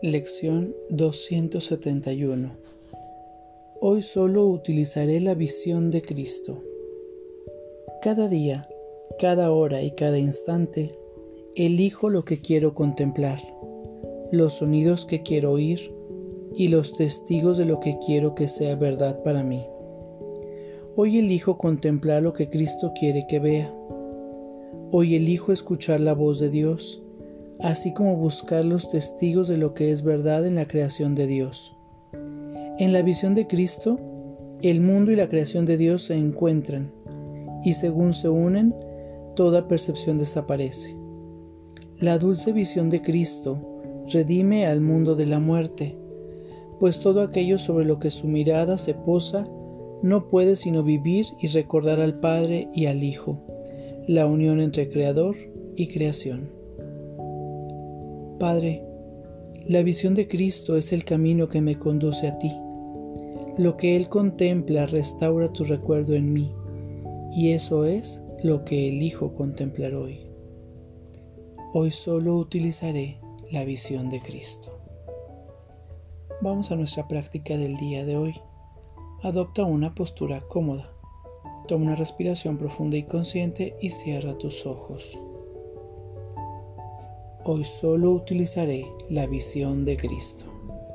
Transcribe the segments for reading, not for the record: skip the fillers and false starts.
Lección 271. Hoy solo utilizaré la visión de Cristo. Cada día, cada hora y cada instante, elijo lo que quiero contemplar, los sonidos que quiero oír y los testigos de lo que quiero que sea verdad para mí. Hoy elijo contemplar lo que Cristo quiere que vea. Hoy elijo escuchar la voz de Dios, así como buscar los testigos de lo que es verdad en la creación de Dios. En la visión de Cristo, el mundo y la creación de Dios se encuentran, y según se unen, toda percepción desaparece. La dulce visión de Cristo redime al mundo de la muerte, pues todo aquello sobre lo que su mirada se posa no puede sino vivir y recordar al Padre y al Hijo, la unión entre Creador y creación. Padre, la visión de Cristo es el camino que me conduce a ti. Lo que Él contempla restaura tu recuerdo en mí, y eso es lo que elijo contemplar hoy. Hoy solo utilizaré la visión de Cristo. Vamos a nuestra práctica del día de hoy. Adopta una postura cómoda. Toma una respiración profunda y consciente y cierra tus ojos. Hoy solo utilizaré la visión de Cristo.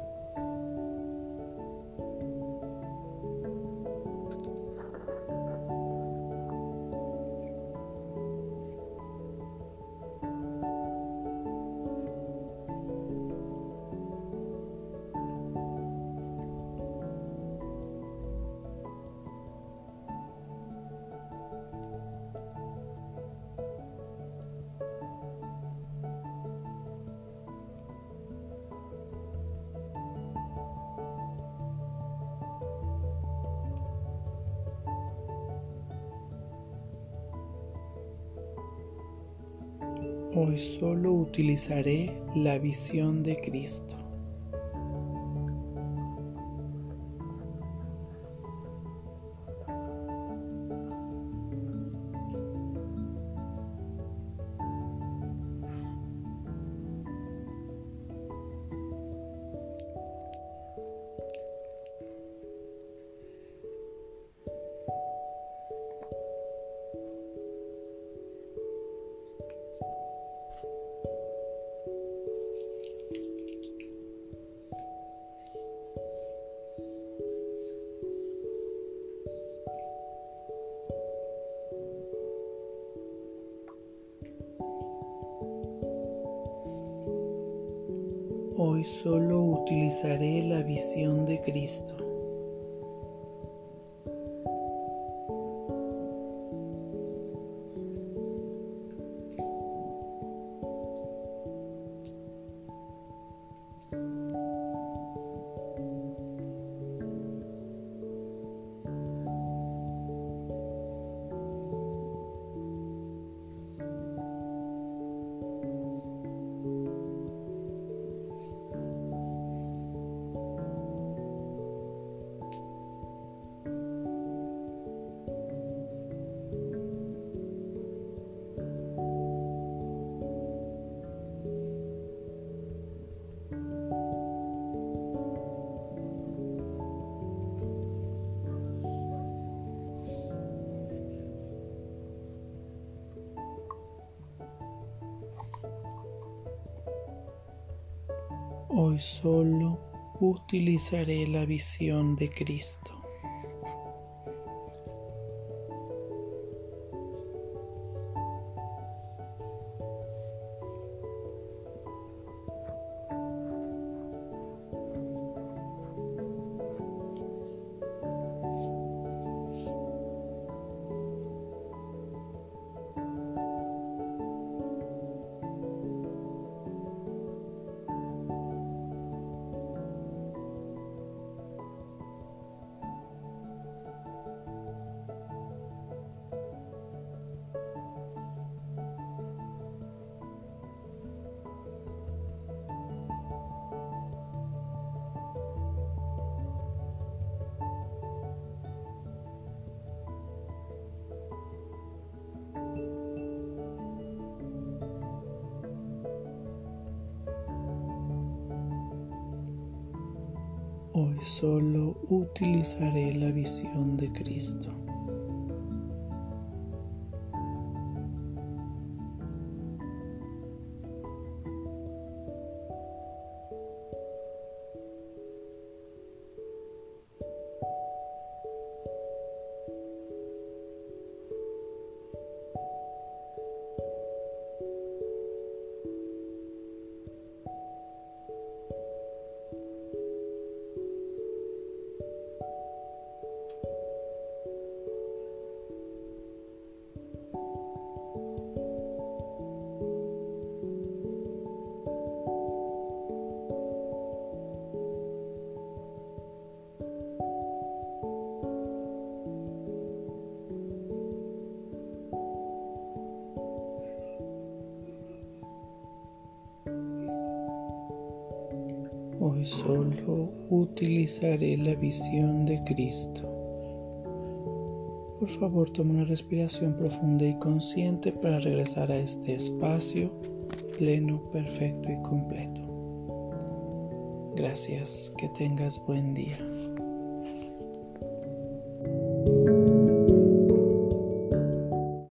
Hoy solo utilizaré la visión de Cristo. Hoy solo utilizaré la visión de Cristo. Hoy solo utilizaré la visión de Cristo. Hoy solo utilizaré la visión de Cristo. Hoy solo utilizaré la visión de Cristo. Por favor, toma una respiración profunda y consciente para regresar a este espacio pleno, perfecto y completo. Gracias, que tengas buen día.